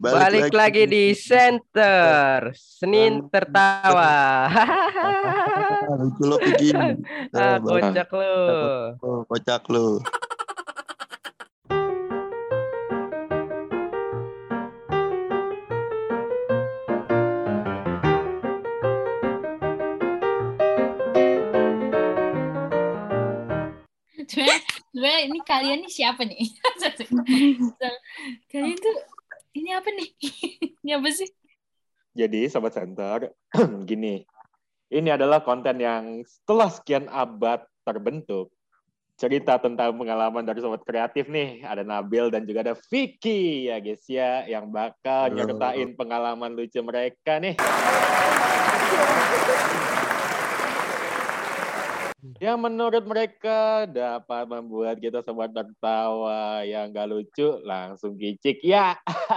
Balik lagi di Center Senin Tertawa. Lucu lo begini. Kocak lo. Kocak lo. Sebenarnya ini kalian nih siapa nih? Kalian tuh ini apa nih? Ini apa sih? Jadi Sobat Center, gini, ini adalah konten yang setelah sekian abad terbentuk. Cerita tentang pengalaman dari Sobat Kreatif nih. Ada Nabil dan juga ada Vicky ya guys ya, yang bakal nyertain pengalaman lucu mereka nih. Yang menurut mereka dapat membuat kita sobat tertawa, yang gak lucu langsung kicik ya.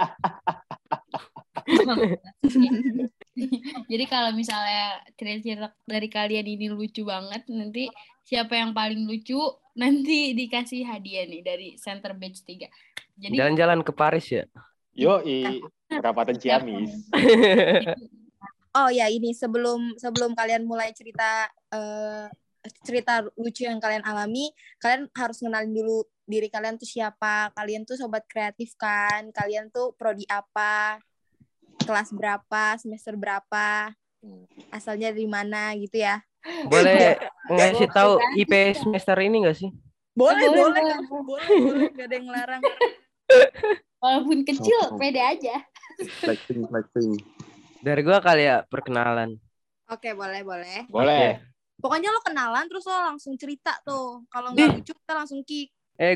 Jadi kalau misalnya cerita dari kalian ini lucu banget, nanti siapa yang paling lucu nanti dikasih hadiah nih dari Center Batch 3. Jadi Jalan-jalan ke Paris ya. Yoi, perapatan Ciamis. Oh ya, ini sebelum kalian mulai cerita lucu yang kalian alami, kalian harus kenalin dulu diri kalian tuh siapa. Kalian tuh sobat kreatif kan? Kalian tuh prodi apa? Kelas berapa? Semester berapa? Asalnya dari mana gitu ya? Boleh ngasih tahu IP semester ini nggak sih? Boleh, nggak ada yang ngelarang. Walaupun kecil, pede aja. Flexing. Dari gua kali ya perkenalan. Oke, boleh. Boleh. Pokoknya lo kenalan terus lo langsung cerita tuh. Kalau nggak lucu kita langsung kick.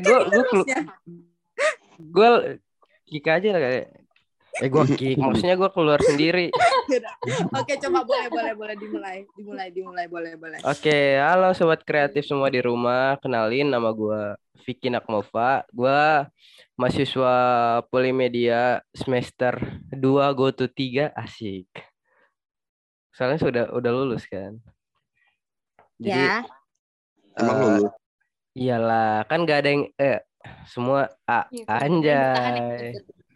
Gue kick aja lah kayak. Gue kick. Maksudnya gue keluar sendiri. Oke, coba boleh dimulai boleh. Oke, halo sobat kreatif semua di rumah. Kenalin, nama gue Vicky Nakmova. Gue mahasiswa Polimedia semester 2 go to 3. Asik. Soalnya udah lulus kan. Jadi ya. Emang lulus? Iyalah, kan gak ada yang semua anjay.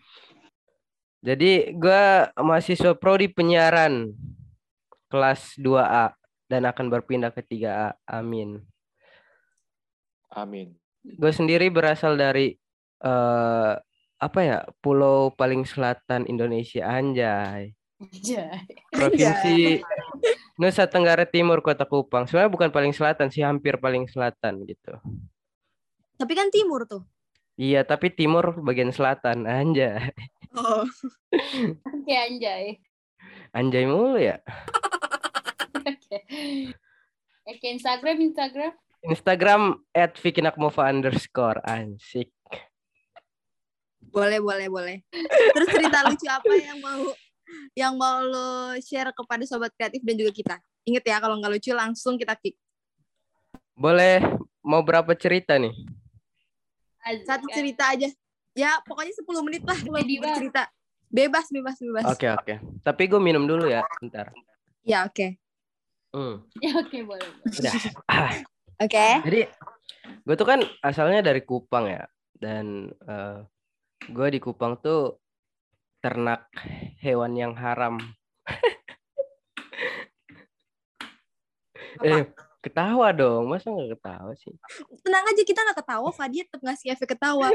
Jadi gue mahasiswa prodi penyiaran kelas 2A dan akan berpindah ke 3A. Amin. Gue sendiri berasal dari pulau paling selatan Indonesia, anjay. Provinsi Nusa Tenggara Timur, Kota Kupang. Sebenarnya bukan paling selatan sih, hampir paling selatan gitu. Tapi kan timur tuh. Iya, tapi timur bagian selatan, anjay. Oh. Oke, anjay. Anjay mulu ya. Oke, Instagram @vikinakmova_. Ansik. Boleh. Terus cerita lucu apa yang mau lo share kepada sobat kreatif dan juga kita? Ingat ya, kalau nggak lucu langsung kita kick. Boleh, mau berapa cerita nih? Satu cerita aja. Ya, pokoknya 10 menit lah cerita. Bebas. Oke. Tapi gue minum dulu ya, bentar. Ya, oke. Ya, oke, boleh. Udah. Oke. Jadi, gue tuh kan asalnya dari Kupang ya. Dan gue di Kupang tuh ternak hewan yang haram. Ketawa dong, masa nggak ketawa sih? Tenang aja, kita nggak ketawa, Fadia tetap ngasih efek ketawa.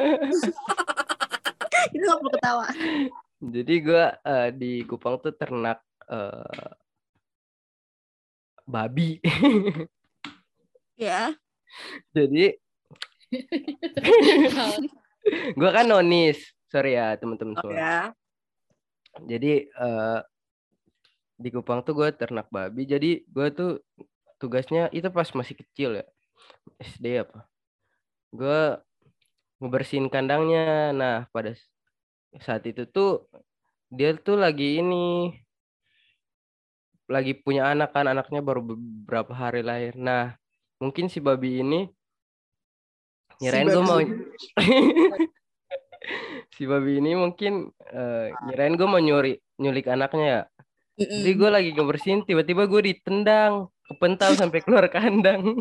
Kita nggak perlu ketawa. Jadi gue di Kupang tuh ternak babi. Ya. Jadi gue kan nonis, sorry ya teman-teman semua. Ya. Jadi di Kupang tuh gue ternak babi. Jadi gue tuh tugasnya itu pas masih kecil ya, SD apa. Gue ngebersihin kandangnya. Nah pada saat itu tuh dia tuh lagi punya anak kan, anaknya baru beberapa hari lahir. Nah mungkin si babi ini ngirain gue mau si babi ini mungkin ngirain gue mau nyulik anaknya ya. Jadi gue lagi ngebersihin, tiba-tiba gue ditendang, kepental sampai keluar kandang.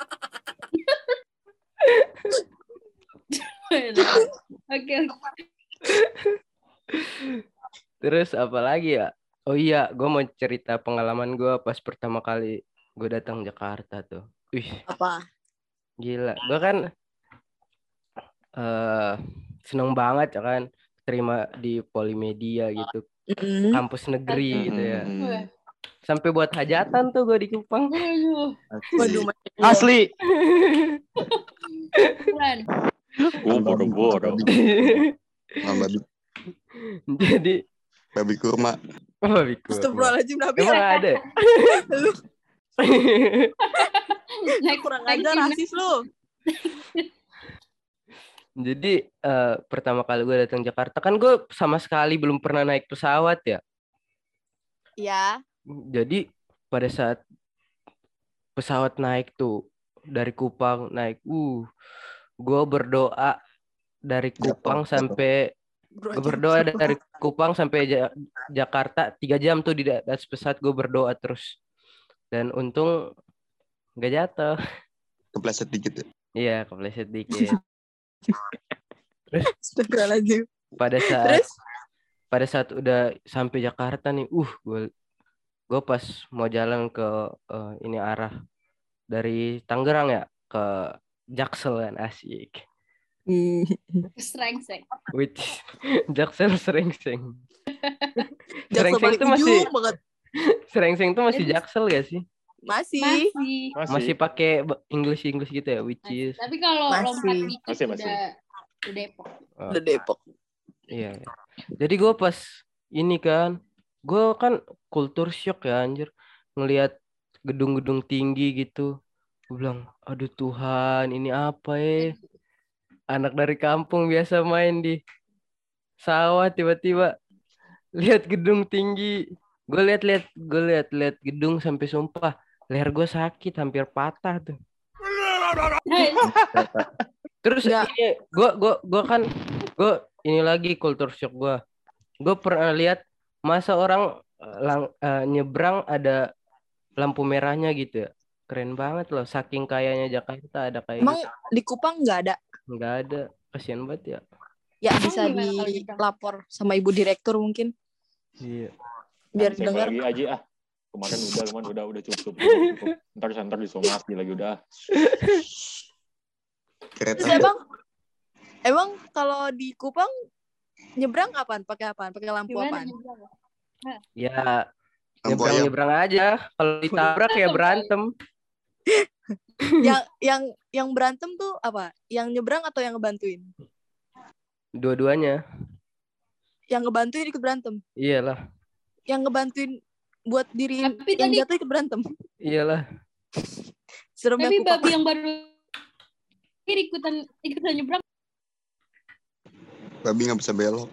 Oke. Terus apa lagi ya? Oh iya, gue mau cerita pengalaman gue pas pertama kali gue datang Jakarta tuh. Wih, Apa? gila. Gue kan seneng banget ya kan terima di Polimedia gitu, Mm-mm. kampus negeri gitu ya. Wah, Sampai buat hajatan tuh gue di Kupang. waduh, Waduh, Masya Allah. Asli. keren. Gue boro-boro. Babi, Jadi babi kurma. babi kurma. Astagfirullahaladzim, Nabil. Emang ada? Lu Next, kurang next, aja next. rasis lu. Jadi pertama kali gue datang Jakarta kan gue sama sekali belum pernah naik pesawat ya. Ya. Jadi pada saat pesawat naik tuh dari Kupang naik, gue berdoa dari Kupang sampai gue berdoa dari Kupang sampai Jakarta 3 jam tuh di atas pesawat gue berdoa terus. Dan untung nggak jatuh. Kepleset dikit ya. Iya, kepleset dikit. Astagfirullahaladzim. Pada saat udah sampai Jakarta nih, gue pas mau jalan ke ini arah dari Tangerang ya ke Jaksel kan, asik. Serengseng. Which Jaksel Serengseng. Jaksel Serengseng paling itu masih ujung banget. Serengseng itu masih Jaksel gak sih? Masih. Masih pakai English gitu ya, which is. Tapi kalau Masih. lompat dikit Masih. udah Depok. Udah Depok. Iya. Jadi gue pas ini kan, gue kan kultur shock ya anjir, ngelihat gedung-gedung tinggi gitu. Gue bilang, aduh Tuhan, ini apa ya? Anak dari kampung biasa main di sawah, tiba-tiba lihat gedung tinggi. Gue lihat gedung sampai sumpah leher gue sakit, hampir patah tuh. Terus Nggak. ini gue ini lagi kultur shock gue. Gue pernah lihat masa orang nyebrang ada lampu merahnya gitu ya. Keren banget loh, saking kayanya Jakarta ada kayak Emang gitu. di Kupang nggak ada? Nggak ada, kasihan banget ya. Ya Emang bisa gimana kalau di Kupang? dilapor sama ibu direktur mungkin. Iya. Biar Saya dengar. lagi aja ah. Kemarin udah cukup. Ntar disomasi lagi udah. Kereta. Terus emang kalau di Kupang nyebrang apaan? Pakai apaan? Pakai lampu Gimana? apaan? Ya, Lampu ayam. nyebrang aja. Kalau ditabrak ya berantem. Yang berantem tuh apa? Yang nyebrang atau yang ngebantuin? Dua-duanya. Yang ngebantuin ikut berantem. Iyalah. Yang ngebantuin buat diri Tapi yang tadi- jatuh ikut berantem. Iyalah. Seremnya Tapi Kupang. babi yang baru ikutan nyebrang. Babi nggak bisa belok.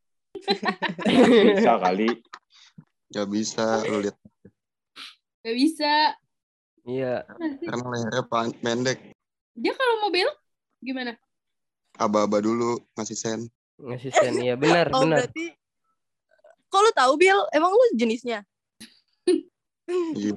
Bisa kali. Nggak bisa. Lu lihat. Gak bisa. Iya. Karena lehernya pendek. Dia kalau mau belok gimana? Aba-aba dulu ngasih sen. Ngasih sen. Iya, benar. Berarti kok lu tahu, Bil? Emang lu jenisnya? Iya.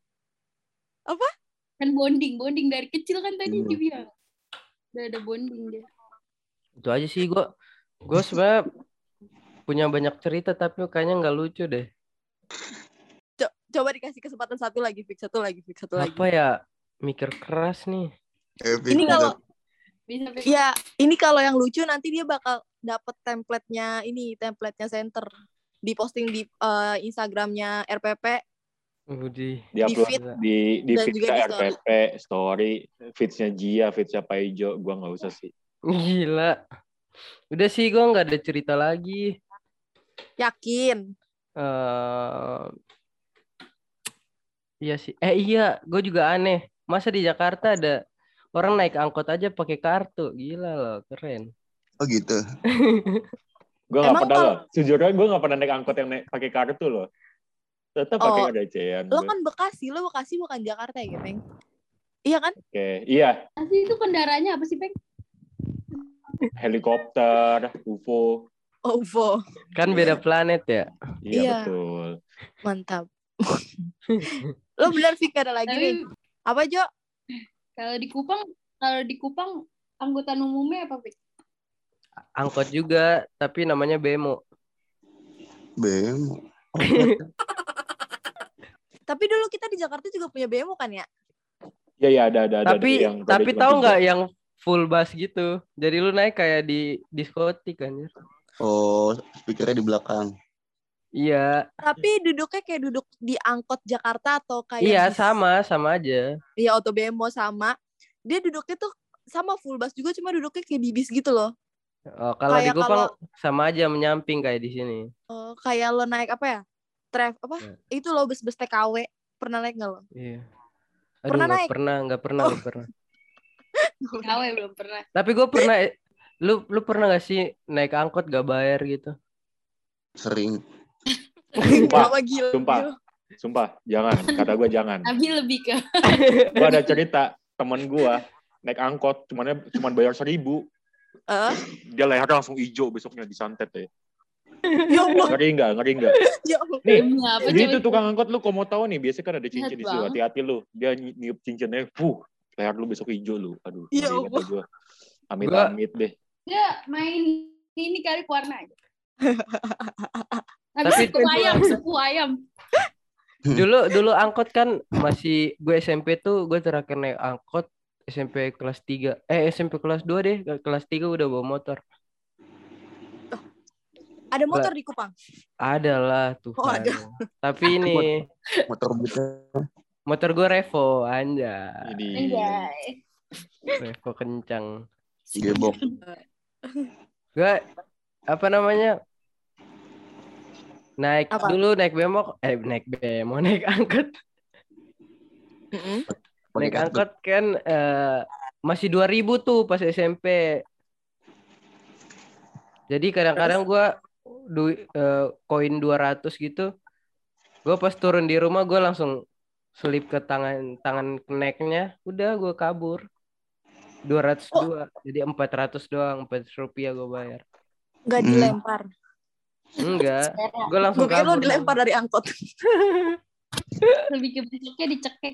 Kan bonding dari kecil kan tadi Iya. dia bilang. Udah ada bonding dia. Itu aja sih gue sebenarnya punya banyak cerita tapi kayaknya nggak lucu deh. Coba dikasih kesempatan satu lagi. Apa ya? Mikir keras nih. Ini kalau Bisa ya, ini kalau yang lucu nanti dia bakal dapet template-nya center. Diposting di Instagramnya RPP. Di-upload feed di dan feed juga di story. RPP, story, feeds-nya Gia, feeds-nya Paijo, gua nggak usah sih. Gila. Udah sih gue nggak ada cerita lagi. Yakin? Iya sih. Iya, gue juga aneh. Masa di Jakarta ada orang naik angkot aja pakai kartu. Gila loh, keren. Oh gitu. Gue nggak Emang pernah loh. Sejujurnya gue nggak pernah naik angkot yang pakai kartu loh. Tetap pakai recehan. Lo kan Bekasi bukan Jakarta ya, Peng? Iya kan? Oke, iya. Asli itu kendaraannya apa sih, Peng? Helikopter, UFO. OVO. Kan beda planet ya. Iya, Iya. betul. Mantap. Lo benar Fik, ada lagi Tapi nih. Apa, Jo? kalau di Kupang angkutan umumnya apa, Peng? angkot juga, tapi namanya Bemo. Bemo. Tapi dulu kita di Jakarta juga punya bemo kan ya? Iya ada Tapi yang roda cuma tahu 3. nggak yang full bus gitu? Jadi lu naik kayak di diskotik anjir. Oh, speakernya di belakang. Iya, Tapi duduknya kayak duduk di angkot Jakarta atau kayak iya bis? sama aja. Iya, auto bemo sama. Dia duduknya tuh sama full bus juga, cuma duduknya kayak di bis gitu loh. Oh, kalau di Kayak Kupang sama aja menyamping kayak di sini. Kayak lo naik apa ya? Ya. Itu lo bus-bus TKW. Pernah naik nggak lo? Iya. Pernah naik? Nggak pernah. Kawe belum pernah. Tapi gue pernah. Lu pernah gak sih naik angkot gak bayar gitu? Sering. Sumpah, jangan. Kata gue jangan. Tapi lebih ke Gue ada cerita temen gue naik angkot, cuman bayar 1.000. Dia lehernya langsung hijau besoknya disantet ya. Ya Allah. Ngeri nggak? Ya Allah. Nih, demi apa jadi coba? itu tukang angkot lu kalau mau tahu nih, biasanya kan ada cincin di situ. banget. Hati-hati lu. Dia niup cincinnya, leher lu besok hijau lu. Aduh, Ya ngeri kata Allah. gue. Amit-amit deh. Ya main ini kali warna aja. Tapi Habis suku ayam. Dulu angkot kan masih gue SMP tuh gue terakhir naik angkot SMP kelas 3. SMP kelas 2 deh. Kelas 3 udah bawa motor. Ada motor di Kupang? Ada lah tuh. Oh, ada. Tapi ini Motor butnya. motor gue Revo anjay. Ini Anjay. Revo kencang. Gebok. Gue apa namanya? Naik Apa? dulu naik bemo, naik angkot. Naik angkot kan masih 2.000 tuh pas SMP. Jadi kadang-kadang gue koin 200 gitu. Gue pas turun di rumah gue langsung selip ke tangan keneknya, udah gue kabur. 202. Jadi 400 doang, 400 rupiah gue bayar. Nggak dilempar. Enggak, gue langsung Gue kira lo kabur. dilempar dari angkot. Lebih ke besoknya dicekek.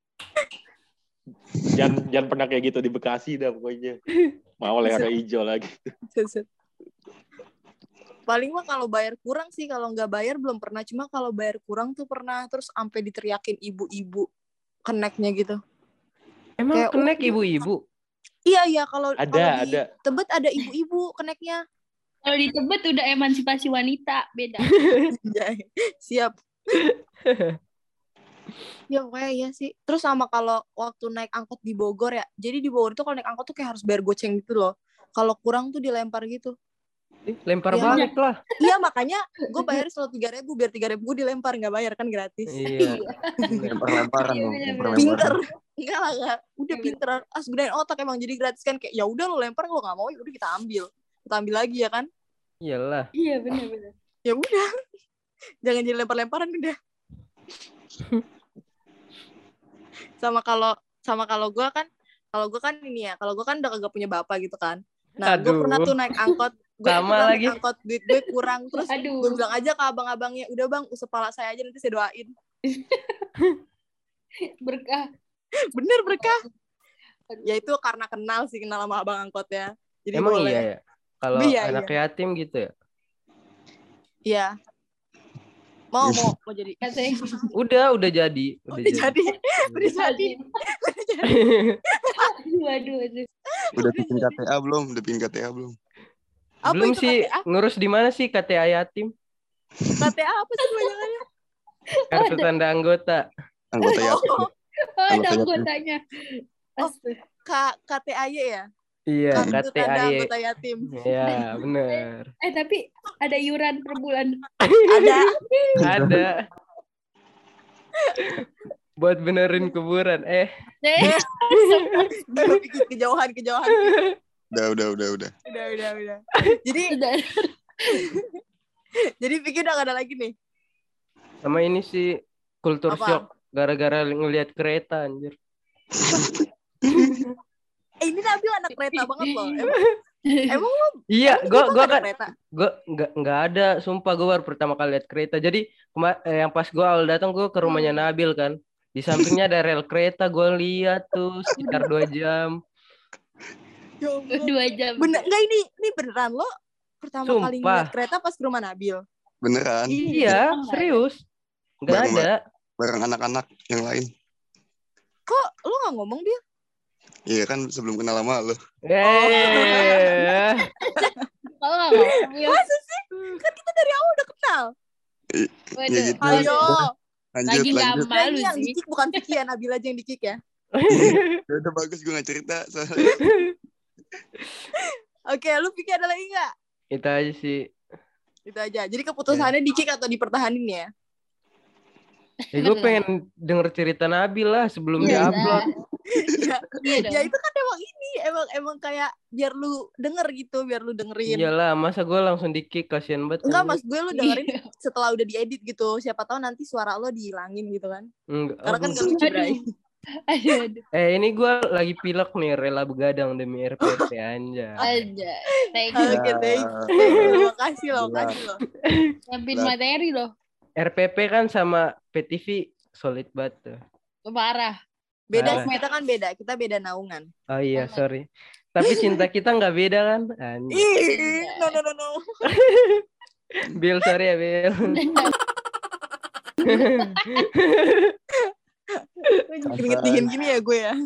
jangan pernah kayak gitu di Bekasi dah pokoknya. Mau lehernya hijau lagi. Paling mah kalau bayar kurang sih, kalau nggak bayar belum pernah. Cuma kalau bayar kurang tuh pernah, terus sampai diteriakin ibu-ibu keneknya gitu. Emang Kayak, kenek ibu-ibu? Iya kalau Ada. di Tebet ada ibu-ibu keneknya. Kalau di Tebet udah emansipasi wanita, beda. Siap. Ya pokoknya iya sih. Terus sama kalau waktu naik angkot di Bogor ya. Jadi di Bogor tuh kalau naik angkot tuh kayak harus bayar goceng gitu loh. Kalau kurang tuh dilempar gitu. Lempar Iya. balik lah. Iya makanya gue bayar selalu 3.000 biar 3.000 gue dilempar, nggak bayar kan gratis. Iya. Lempar-lemparan dong. Iya, Lempar-lemparan. Pinter. Enggak lah, enggak. Udah Iya, pinter. Gunain otak emang jadi gratis kan, kayak ya udah lo lempar, lo nggak mau ya udah kita ambil lagi ya kan. Iyalah. Iya benar. Ya udah. Jangan jadi lempar-lemparan udah. Sama kalau gue kan ini ya, kalau gue kan udah kagak punya bapak gitu kan. Nah, gue Aduh. pernah tuh naik angkot. Sama lagi. Naik angkot, duit gue kurang. Terus Aduh. gue bilang aja ke abang-abangnya, udah bang, usap pala saya aja nanti saya doain. Berkah. Bener berkah. Ya itu karena kenal sama abang angkotnya. Jadi Emang boleh. iya ya? Kalau Iya, anak yatim gitu ya? Iya. Mau jadi. Katanya. Udah jadi. Udah jadi. Aduh. Udah bikin KTA belum? Apa Belum itu sih. KTA? Ngurus di mana sih KTA yatim? KTA apa sih kebanyakannya? Kartu tanda anggota. Anggota yatim. Oh, ada Anggota anggotanya. KTAY ya? Iya, Kartu tanda KTA. anggota yatim. Iya, bener. Tapi ada iuran per bulan. Ada. Buat benerin kuburan. Bikin kejauhan. Udah. Udah. Jadi pikir udah gak ada lagi nih. Sama ini sih kultur Apa? shock gara-gara ngelihat kereta anjir. Ini Nabil anak kereta banget loh. Emang lo Iya, gua ada kan kereta? gue nggak ada, sumpah gue baru pertama kali lihat kereta. Jadi yang pas gue awal datang gue ke rumahnya Nabil kan, di sampingnya ada rel kereta, gue lihat tuh sekitar 2 jam. Ya Allah. 2 jam. Bener enggak ini beneran lo pertama kali Sumpah. ngeliat kereta pas ke rumah Nabil? Beneran. Iya, serius. Nggak Bareng, ada. Bareng anak-anak yang lain. Kok lo nggak ngomong Bil? Iya kan sebelum kenal sama lo. Kalau nggak ngomong ya. Masa sih? Kan kita dari awal udah kenal. Ya Waduh. gitu. Ayo. Lanjut. Lagi nggak Nah, malu ini yang sih. dikik bukan Vicky ya, Nabil aja yang dikik ya. Udah bagus gue gak cerita soalnya. Oke, lu Vicky ada lagi nggak? Itu aja sih. Itu aja. Jadi keputusannya dikik atau dipertahanin ya? Gue pengen denger cerita Nabil lah sebelum Iya, diupload. ya, Iya dong. ya itu kan emang ini emang kayak biar lu denger gitu, biar lu dengerin. Iyalah, masa gue langsung di-kick, kasihan banget. Enggak, mas gue lu dengerin setelah udah diedit gitu. Siapa tahu nanti suara lo dihilangin gitu kan. Enggak. Karena kan gak lucu, Bray. Aduh. Ini gue lagi pilek nih, rela begadang demi RPP anjay. Aja. Thank you. Oke, thank you. Makasih lo. Nyiapin materi loh. RPP kan sama PTV solid banget tuh. Parah. Beda, Parah. kita kan beda. Kita beda naungan. Oh iya, sorry. Tapi cinta kita nggak beda kan? Anjay. Ih, no. Bill, sorry ya, Bill. Keringet-dingin gini ya gue ya.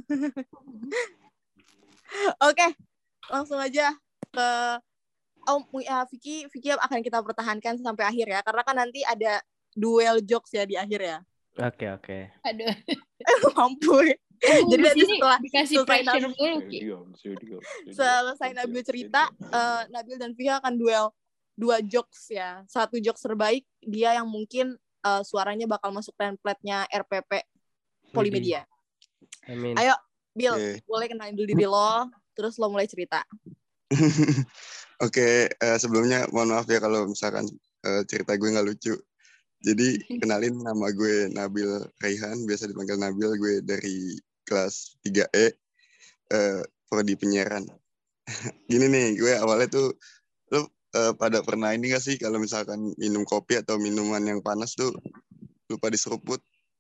Oke, langsung aja ke Vicky akan kita pertahankan sampai akhir ya, karena kan nanti ada duel jokes ya di akhir ya. Oke. Aduh. Mampu. Jadi nanti setelah dikasih selesai pressure dulu Ki. selesai Nabil cerita, Nabil dan Vika akan duel 2 jokes ya. 1 jokes terbaik dia yang mungkin suaranya bakal masuk template-nya RPP Polimedia. Amin. Ayo, Bill, Oke. boleh kenalin dulu diri lo, terus lo mulai cerita. Oke, sebelumnya mohon maaf ya kalau misalkan cerita gue nggak lucu. Jadi kenalin, nama gue Nabil Raihan, biasa dipanggil Nabil. Gue dari kelas 3E, prodi penyiaran. Gini nih, gue awalnya tuh, lo pada pernah ini gak sih kalau misalkan minum kopi atau minuman yang panas tuh lupa diseruput.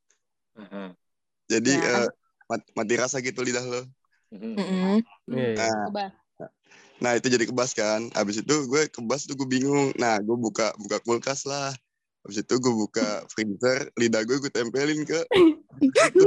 Jadi Ya. mati rasa gitu lidah lo. Iya. Nah itu jadi kebas kan. Habis itu gue kebas tuh gue bingung. Nah gue buka kulkas lah. Habis itu gue buka freezer, lidah gue tempelin ke itu.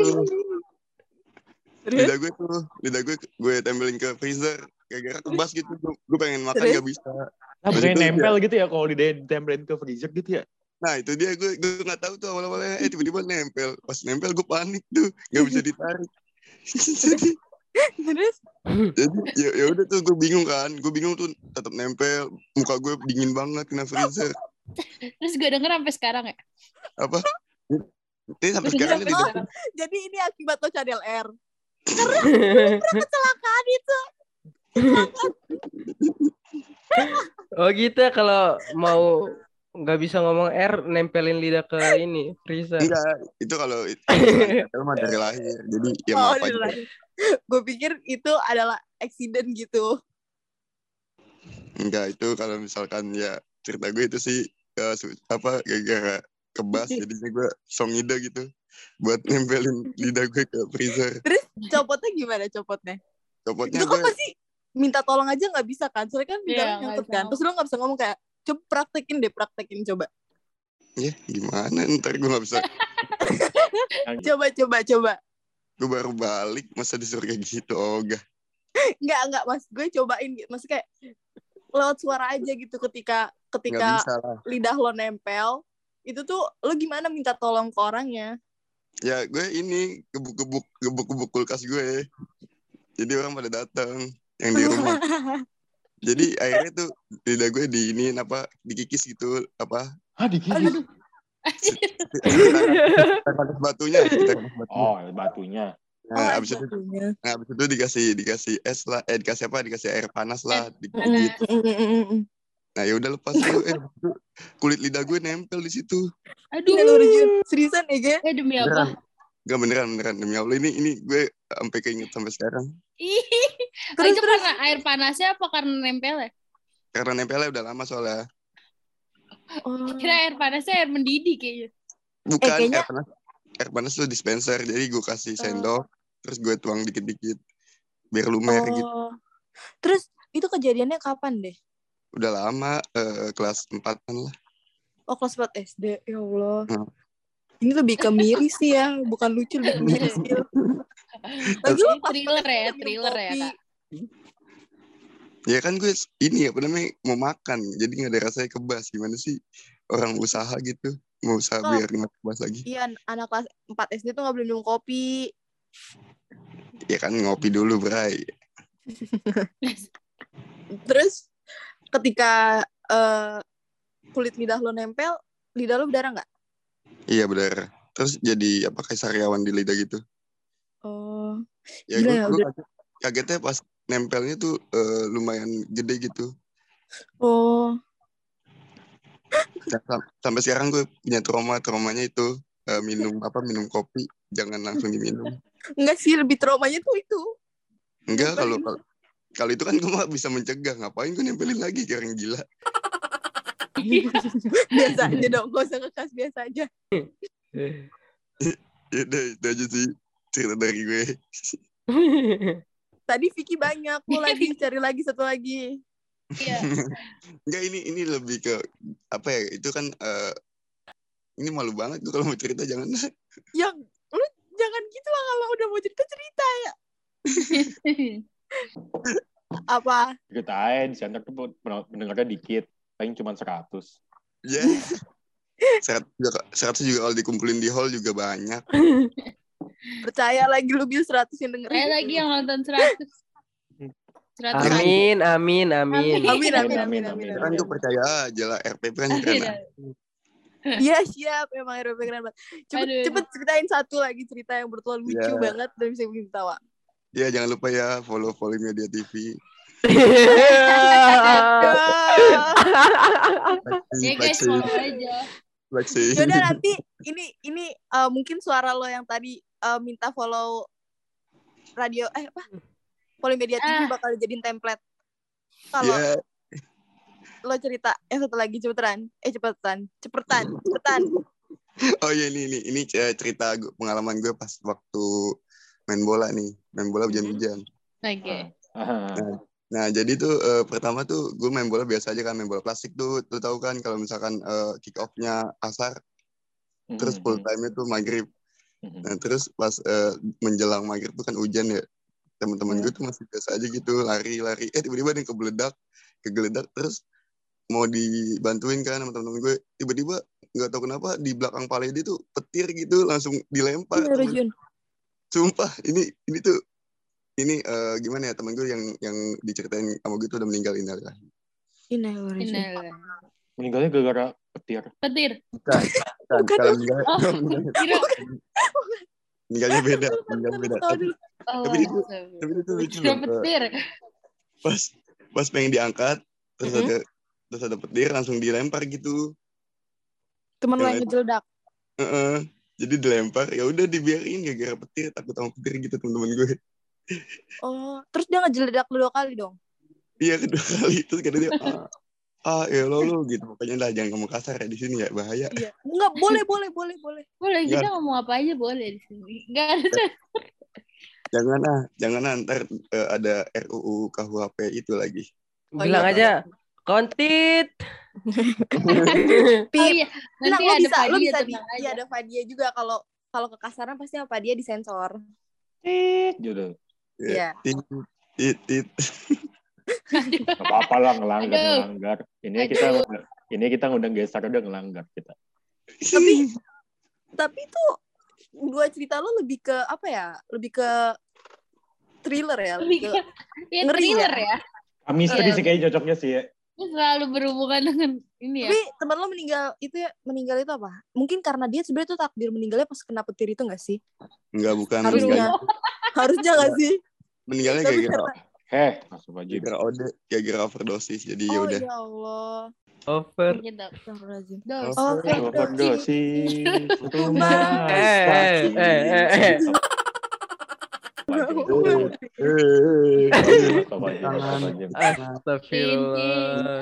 Lidah gue tempelin ke freezer. Gara-gara kebas gitu. Gue pengen makan gak bisa. Bukannya nempel gitu ya kalau ditempelin ke freezer gitu ya? Nah itu dia, gue nggak tahu tuh awal-awalnya. Tiba-tiba nempel. Pas nempel gue panik tuh, nggak bisa ditarik. Terus? Jadi ya udah tuh gue bingung kan. Gue bingung tuh tetap nempel. Muka gue dingin banget kena freezer. Terus gue denger sampai sekarang ya. Apa? Ini sampai sekarang ini Jadi ini akibat lo cadel R. Karena kecelakaan itu. Oh gitu ya, kalau mau nggak bisa ngomong R, nempelin lidah ke ini freezer. enggak, itu kalau mah dari lahir. Jadi ya maaf aja. Gue pikir itu adalah accident gitu. Enggak, itu kalau misalkan ya cerita gue itu sih gara-gara kebas jadinya gue ngide gitu buat nempelin lidah gue ke freezer. Terus copotnya gimana copotnya? Copotnya Itu kan gue pasti minta tolong aja nggak bisa kan? Soalnya kan Iya, darah nyangkut nggak kan. bisa. Terus lo nggak bisa ngomong kayak coba praktekin coba. ya gimana ntar gue nggak bisa. Coba. Gue baru balik masa disuruh kayak gitu. Enggak. Enggak mas, gue cobain gitu. Maksudnya kayak lewat suara aja gitu ketika Nggak bisa lah. lidah lo nempel. Itu tuh lo gimana minta tolong ke orangnya? Ya gue ini gebuk kulkas gue. Jadi orang pada datang yang di rumah. Jadi akhirnya tuh lidah gue dikikis gitu Dikikis? sekitar batunya. Oh, batunya. Nah, abis itu dikasih es lah, dikasih air panas lah, dikit. Nah, ya udah lepas tuh, kulit lidah gue nempel di situ. Aduh. Seriusan Ege? Demi apa? Enggak beneran demi Allah ini gue sampai keinget sampai sekarang. Itu karena air panasnya apa karena nempel ya? Karena nempelnya udah lama soalnya. Kira air panasnya air mendidih kayaknya. Bukan kayaknya... air panas tuh dispenser, jadi gue kasih sendok, terus gue tuang dikit-dikit biar lumer gitu. Terus itu kejadiannya kapan deh? Udah lama, kelas 4-an lah. Oh, kelas 4 SD. Ya Allah. Hmm. Ini lebih ke miris sih ya, bukan lucu, lebih ke miris sih. Lagi lo Ini pas thriller banget ya, minum thriller ya, kopi. Kak. Ya kan gue ini apa namanya mau makan, jadi nggak ada rasanya kebas. Gimana sih orang usaha gitu, mau usaha Oh. biar nggak kebas lagi. Iya, anak kelas 4 SD tuh gak boleh minum kopi. Ya kan ngopi dulu, Bray. Terus ketika kulit lidah lo nempel, lidah lo berdarah nggak? Iya benar. Terus jadi apa kayak sariawan di lidah gitu. Oh, Ya gila gue ya, gue udah. kagetnya pas nempelnya tuh lumayan gede gitu. Oh, Sampai sekarang gue punya traumanya itu minum kopi jangan langsung diminum. enggak sih, lebih traumanya tuh itu. Enggak, Nempelin. kalau itu kan gue mah bisa mencegah, ngapain gue nempelin lagi kayak orang gila. Biasa aja dong, gak usah ngekas, biasa aja. Ya udah itu aja sih cerita dari gue. Tadi Vicky banyak, lo lagi cari lagi satu lagi. Iya. Enggak, ini lebih ke apa ya, itu kan ini malu banget gue kalau mau cerita, jangan. Yang lu jangan gitu lah, kalau udah mau cerita ya. Apa? Cerita aja di center tuh pendengarnya dikit, paling cuma 100. Ya. 100 juga kalau dikumpulin di hall juga banyak. Percaya lagi lu Bil 100 yang dengerin. Saya lagi yang nonton 100. 100. Amin. Amin. Kan gue percaya aja lah, RPP kan keren. Iya siap, emang RPP keren banget. Cepet ceritain satu lagi cerita yang bertuah lucu banget dan bisa bikin ketawa. Ya jangan lupa ya follow Media TV. Ya guys, follow aja. Yaudah nanti ini mungkin suara lo yang tadi minta follow radio Polimedia TV bakal dijadiin template. Kalau lo cerita yang satu lagi cepetan. Oh iya, ini cerita pengalaman gue pas waktu main bola hujan-hujan. Oke. Nah jadi tuh pertama tuh gue main bola biasa aja kan, main bola plastik tuh tahu kan kalau misalkan kick off-nya asar, terus full time-nya tuh maghrib. Nah terus pas menjelang maghrib tuh kan hujan ya, teman-teman gue tuh masih biasa aja gitu lari tiba-tiba ada yang kegeledak terus mau dibantuin kan sama teman-teman gue, tiba-tiba nggak tahu kenapa di belakang kepala dia tuh petir gitu langsung dilempar. Sumpah ini tuh ini gimana ya, teman gue yang diceritain sama gue tuh udah meninggal. Innalillahi. Meninggalnya gara-gara petir. Bukan. Kalau meninggalnya beda. Tapi itu lucu loh. Petir. Pas pengen diangkat terus ada petir langsung dilempar gitu. Temen lo yang ngejeledak. Jadi dilempar, ya udah dibiarin gara-gara petir, takut sama petir gitu teman-teman gue. Oh, terus dia ngejeledak lu 2 kali dong? Iya, kedua kali. Terus kata dia, ya lo gitu. Pokoknya lah jangan ngomong kasar ya di sini ya, bahaya. Iya. Enggak, boleh. Boleh, kita ngomong apa aja boleh di sini. Enggak ada. Jangan ntar ada RUU KUHP itu lagi. Bilang aja kontit. Iya, nanti ada lo Fadia, bisa tenang aja. Iya, ada Fadia juga. Kalau kekasaran pasti apa dia disensor. Jodoh. Iya. Tit. Gak apa-apa lah ngelanggar. Ini kita ngundang geser udah ngelanggar kita. Tapi tuh 2 cerita lo lebih ke apa ya? Lebih ke thriller ya. Lebih ke ngeri thriller ya. Misteri sih kayaknya cocoknya sih ya. Ini selalu berhubungan dengan ini ya. Tapi teman lo meninggal itu apa? Mungkin karena dia sebenarnya tuh takdir meninggalnya pas kena petir itu nggak sih? Enggak, bukan. Harusnya nggak sih? Meninggalnya masuk wajib. Gara-gara overdosis. Jadi ya udah. Oh ya Allah. Overdosis. Astagfirullah.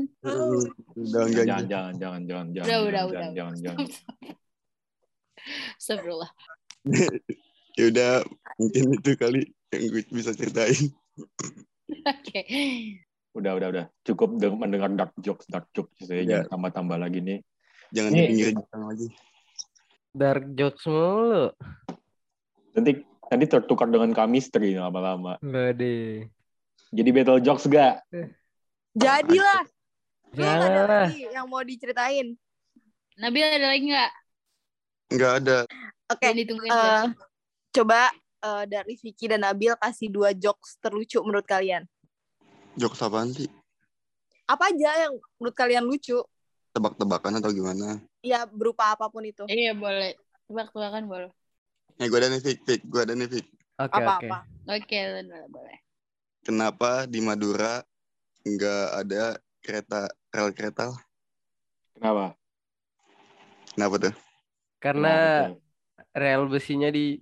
Jangan. Udah. Astagfirullah. Ya udah, mungkin itu kali yang gue bisa ceritain. Oke. Udah. Cukup mendengar dark jokes. Saya Iya. jangan tambah-tambah lagi nih. Jangan Nih. dipinggirin lagi. Dark jokes mulu. Nanti tertukar dengan chemistry lama-lama. Lode. Jadi battle jokes gak? Jadilah. Lu nggak ada Janganlah. lagi yang mau diceritain? Nabil ada lagi nggak? Nggak ada. Oke. Yang ditungguin kan? Coba dari Vicky dan Nabil kasih 2 jokes terlucu menurut kalian. Jokes apaan sih? Apa aja yang menurut kalian lucu? Tebak-tebakan atau gimana? Ya berupa apapun itu. Iya boleh. Tebak-tebakan boleh. Gue ada nih, Fik. Gue ada nih, Fik. Oke. Apa-apa. Oke, boleh. Kenapa di Madura nggak ada rel kereta? Kenapa? Kenapa tuh? Karena Kenapa tuh? rel besinya di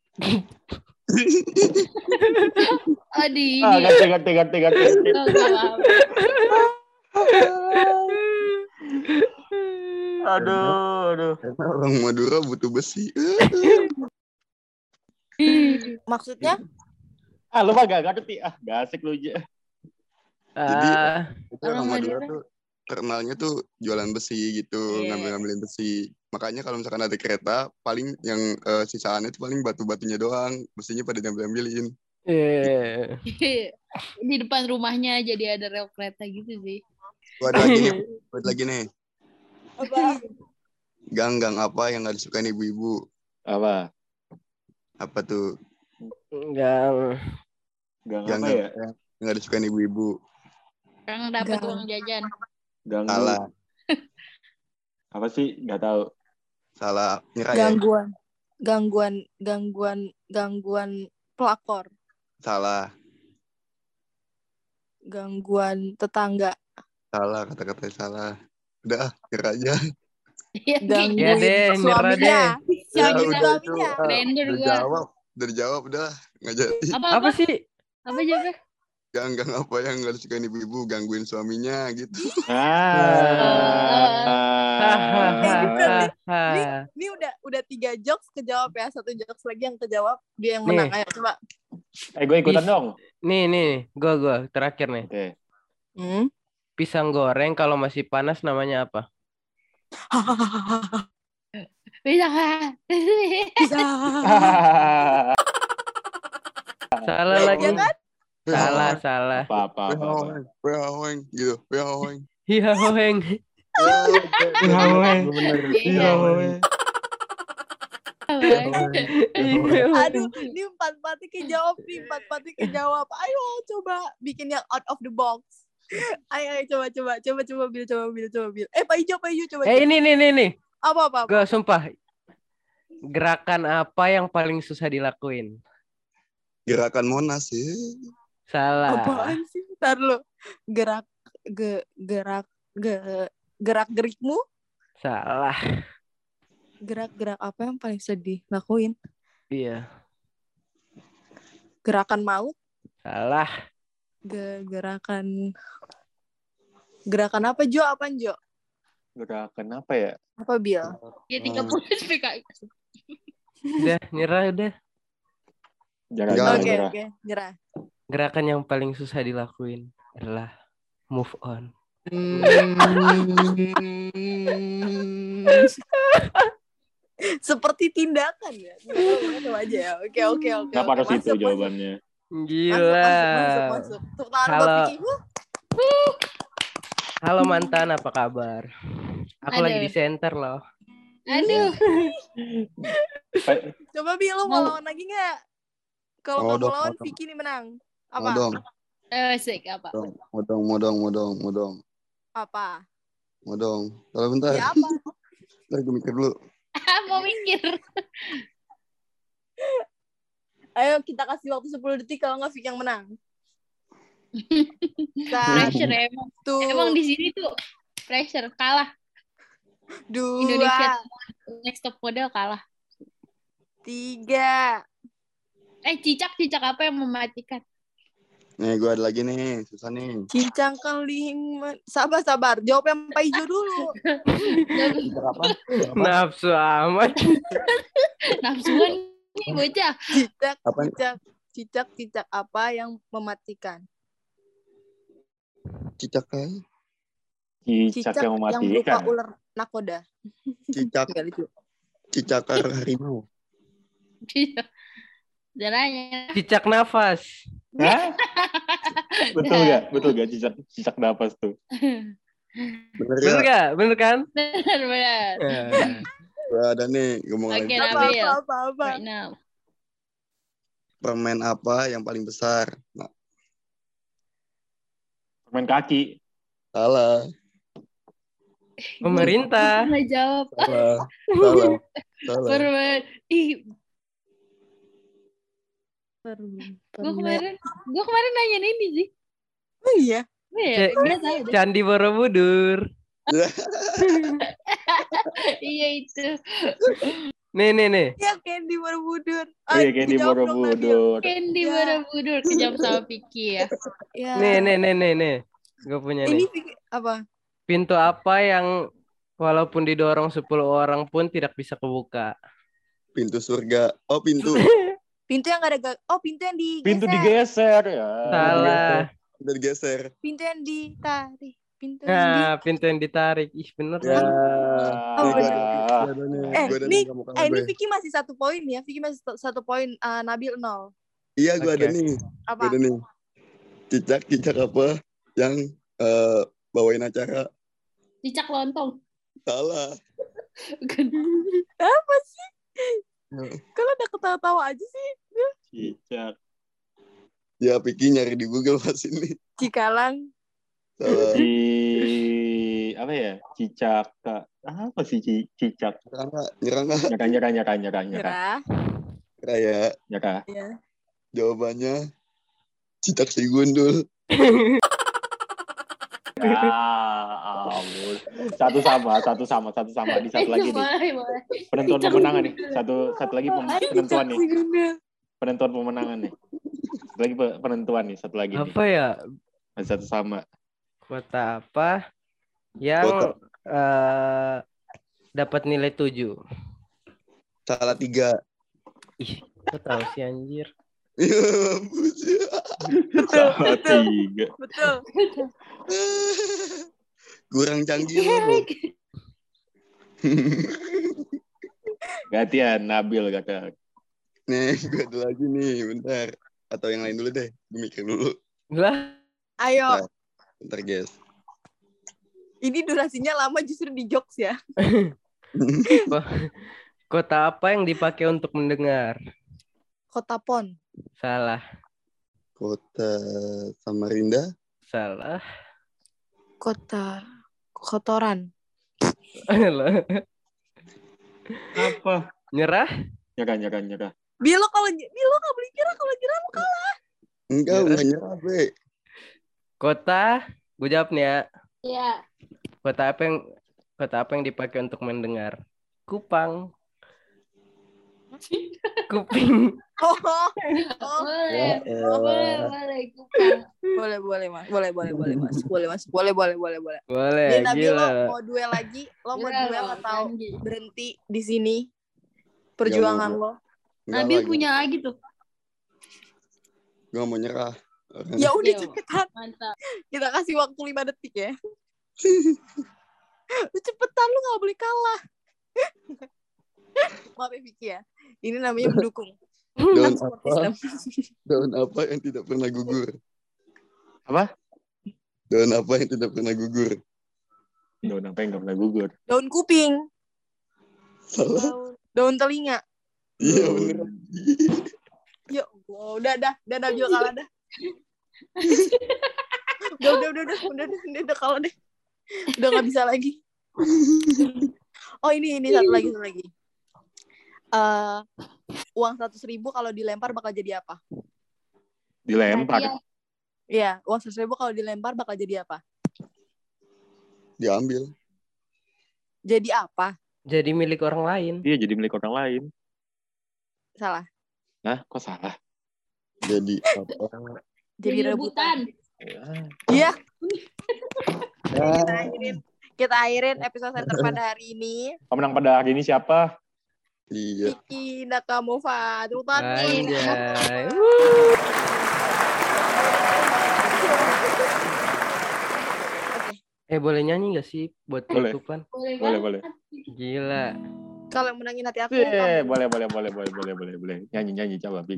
Oh di Ah, ini. ganti. Oh, nggak apa-apa. Aduh. Karena orang Madura butuh besi. Maksudnya? Lu mah gak ngerti. Gak asik lu aja. Jadi itu Orang orang Madura Madura. tuh terkenalnya tuh jualan besi gitu, Iya. ngambilin besi. Makanya kalau misalkan ada kereta, paling yang sisaannya itu paling batu-batunya doang, besinya pada diambil-ambilin. Iya. Di depan rumahnya jadi ada rel kereta gitu sih. Gue ada lagi nih. Apa? Gang apa yang nggak disukain ibu-ibu? Apa? Apa tuh? Enggak. Gang apa ya? yang nggak disukain ibu-ibu. Orang dapat Gang. uang jajan. Ganggu. Salah. Apa sih? Gak tahu. Salah. Nyerah ya? Gangguan pelakor. Salah. Gangguan tetangga. Salah, kata-katanya salah. Udah, nyerah aja. Iya, Gangguin Ya deh, nyerah suaminya. Ya, Gangguin udah itu. suaminya. Render Udah gua. jawab, udah. Nggak jadi. Apa sih? Apa jawabnya? Gang apa yang nggak disukain ibu-ibu, gangguin suaminya gitu. Ini udah 3 jokes kejawab ya. 1 jokes lagi yang kejawab. Dia yang menang. Nih. Ayo coba. Gue ikutan dong. Nih, gue terakhir nih. Oke. Pisang goreng kalau masih panas namanya apa? Bisa. Bisa. Salah lagi. Ya kan? Salah. Apa. Hoeng gitu. Hoeng. Iya, hoeng. Aduh, ini 4-4 kejawab. Ayo coba bikin yang out of the box. Ayo coba Bil. Pak Ijo coba. Ini. Apa? Gue sumpah. Gerakan apa yang paling susah dilakuin? Gerakan Monas sih. Salah. Apaan sih? Ntar lo. Gerak gerikmu? Salah. Gerak apa yang paling sedih lakuin? Iya. Gerakan maut? Salah. Gerakan apa Jo? Apaan Jo? Gerakan apa ya? Apa Bil? Ya 30 PKI. Udah, nyerah udah. Jangan Oke, nyerah. nyerah. Gerakan yang paling susah dilakuin adalah move on. Seperti tindakan ya. Coba aja ya. Oke. Kenapa harus itu jawabannya? Gila. Masuk. Tepuk tangan Halo. buat Vicky. Halo mantan, apa kabar? Aku lagi di center loh. Aduh. Coba Bil, lu mau lawan lagi nggak? Kalau Mau nggak mau dong, lawan, mau dong. Vicky nih menang. Mau Apa? dong. Asik apa? Mau dong. Apa? Mau dong. Kalau bentar. Ya apa? Bentar gue mikir dulu. Mau mikir. Ayo kita kasih waktu 10 detik kalau nggak Vicky yang menang. Pressure emang. Emang di sini tuh pressure kalah. 2, Indonesia next top model kalah. 3. Cicak apa yang mematikan? Nih gue ada lagi nih. Susah nih. Cincang kelima. Sabar. Jawab yang Pak Ijo dulu. Cicak apa? Nafsu amat. Nafsuan nih bocah. Cicak apa yang mematikan? Cicak kan? Cicak yang berupa mematikan. ular nakoda. Cicak, Gak lucu. cicakar harimau. Caranya. Cicak nafas. Hah? Betul gak cicak napas tuh? Bener Bener ya? gak? Bener kan? Benar. Gua ada nih, ngomong Oke, lagi. Nabil. Apa. Right now. Permen apa yang paling besar? Nah, Permen kaki. salah. Pemerintah. Nggak jawab. Salah. Permen. Ih, gue kemarin nanya ini sih. Oh iya. Iya, biasa aja. Candi Borobudur. Iya itu. Nih. Ya Candy Borobudur. Oh iya, Candy dijawab dong, Borobudur. Candy Ya. Borobudur kejam sama Vicky ya. Ya. Nih. Gue punya Ini nih. apa? Pintu apa yang walaupun didorong 10 orang pun tidak bisa kebuka? Pintu surga. Oh, pintu. Pintu yang gak ada pintu yang digeser. Pintu digeser ya. Salah. Udah digeser. Pintu yang ditarik. Nah, pintu yang ditarik. Ih, bener Ya. kan? Oh, Nih, bener. nih, kamu kalah, Ini Be. Vicky masih 1 poin ya. Vicky masih 1 poin. Nabil 0. Iya, gue Oke. ada nih. Apa? Gue ada nih. Cicak apa yang bawain acara? Cicak lontong. Salah. Bukan. Apa sih? Ya. Kalau udah ketawa-tawa aja sih. Cicak. Ya, Piki nyari di Google pas ini. Cikalang. Salah. Apa ya? Cicak. Apa sih cicak? Nyerang nggak? Nyerah. Raya. Nyerah. Ya. Jawabannya cicak si gundul. Ampun. Satu sama. Di satu lagi nih. Boleh. Penentuan pemenangan nih. Satu lagi penentuan nih. Gundul. Penentuan pemenangan nih. Satu lagi penentuan nih. Satu lagi nih. Apa ya? Satu sama. Kota apa yang dapat nilai 7? Salah 3. Ih, kok tahu sih anjir. Sama 3. Betul. Kurang canggih lo. Gantian Nabil kakak. Nih, gue ada lagi nih, bentar. Atau yang lain dulu deh, gue mikir dulu. Lah, Ayo. Nah. Bentar, guys. Ini durasinya lama justru di jokes ya. kota apa yang dipakai untuk mendengar? Kota Pon. Salah. Kota Samarinda. Salah. Kota Kotoran. Apa? Nyerah? Nyerah. Bilo nggak boleh nyerah, kalau nyerah lu kalah. Enggak, Nyerah. enggak nyerah, Be. Kota, gue jawab nih ya. Iya. Kota apa yang dipakai untuk mendengar? Kupang. Kuping. Oh. Boleh. Ya, Boleh. Kupang. Boleh, Mas. Boleh. Boleh, Jadi Nabil, gila. lo mau duel lagi? Lo mau Gila, duel lo, atau janji. berhenti di sini? Perjuangan Nggak lo. Enggak Nabil lagi. punya lagi tuh. Gue mau nyerah. Ya udah Yo, cepetan. mantap. Kita kasih waktu 5 detik ya. Lu cepetan, lu gak boleh kalah. Maaf ya Vicky ya. Ini namanya mendukung. Daun Support apa? system. Daun apa yang tidak pernah gugur? Apa? Daun apa yang tidak pernah gugur? Daun apa yang nggak pernah gugur? Daun kuping. Salah. Daun telinga. Iya, bener. Ya Allah, udah Nabil kalah dah. Udah kalah deh. Udah gak bisa lagi. Oh ini satu lagi. Uang 100.000 kalau dilempar bakal jadi apa? Dilempar. Hadiah. Iya, uang 100.000 kalau dilempar bakal jadi apa? Diambil. Jadi apa? Jadi milik orang lain. Iya, jadi milik orang lain. Salah. Nah, kok salah? Jadi apa? Jadi rebutan. Ya. Iya. Kita akhirin episode center pada hari ini. Pemenang pada hari ini siapa? Iya. Iki Nakamova. Tepuk tangan. Anjay. Boleh nyanyi gak sih buat Boleh. penutupan? Boleh. Gila. Kalau yang menangin hati aku, Boleh. Nyanyi coba, Bik.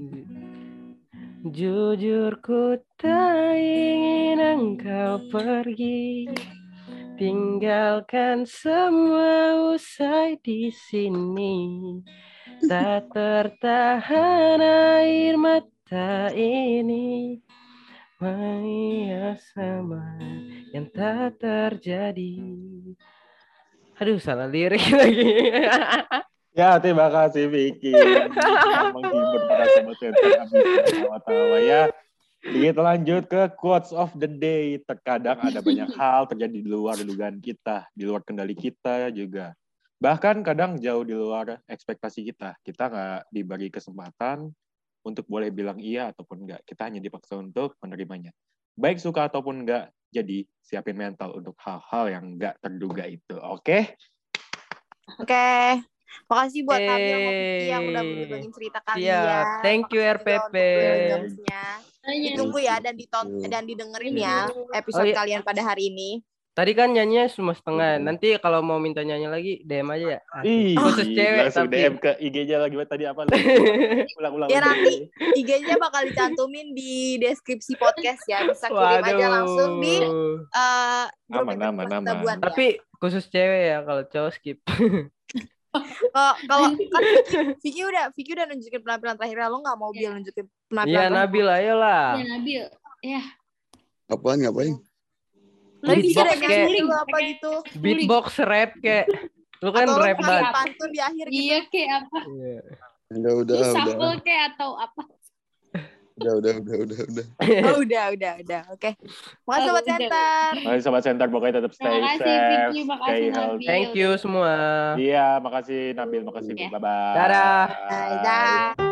Jujur ku tak ingin engkau pergi, tinggalkan semua usai di sini. Tak tertahan air mata ini mengias nama yang tak terjadi. Aduh, salah lirik lagi. Ya, terima kasih Vicky. Menghibur para sobat center habis tawa-tawa ya. Kita lanjut ke quotes of the day. Terkadang ada banyak hal terjadi di luar dugaan kita, di luar kendali kita juga. Bahkan kadang jauh di luar ekspektasi kita. Kita nggak diberi kesempatan untuk boleh bilang iya ataupun enggak. Kita hanya dipaksa untuk menerimanya. Baik suka ataupun enggak, jadi siapin mental untuk hal-hal yang enggak terduga itu. Oke? Oke. Makasih buat Nabil sama Vicky yang udah berbagi cerita kalian. Siap. Thank you Makasih juga RPP. untuk Williams-nya. Tanya. Ditunggu ya dan didengerin ya episode kalian pada hari ini. Tadi kan nyanyinya cuma setengah. Nanti kalau mau minta nyanyi lagi DM aja ya. Khusus cewek langsung tapi. DM ke IG-nya lagi tadi apa? Ulang-ulang. Ya nanti IG-nya bakal dicantumin di deskripsi podcast ya. Bisa kirim aja langsung di grup kita buat ya. Tapi khusus cewek ya, kalau cowok skip. Kalau kan Vicky udah nunjukin penampilan terakhirnya, lo nggak mau Bil nunjukin penampilan Iya, Nabil ayolah. Ya Nabil. Ya. Ngapain? Lo bisa Beatbox nyanyi kayak dulu apa gitu. beatbox rap kayak. Lu kan atau rap banget. pantun di akhir gitu. Iya kayak apa? Udah. Shuffle kayak atau apa? Udah. Oh, udah. Oke. Makasih Sobat Center. Makasih Sobat Center, pokoknya tetap stay Makasih safe, Vicky, stay makasih healthy. Nabil. Thank you semua. Iya, makasih Nabil, makasih. Iya. Bye-bye. Dadah. Bye.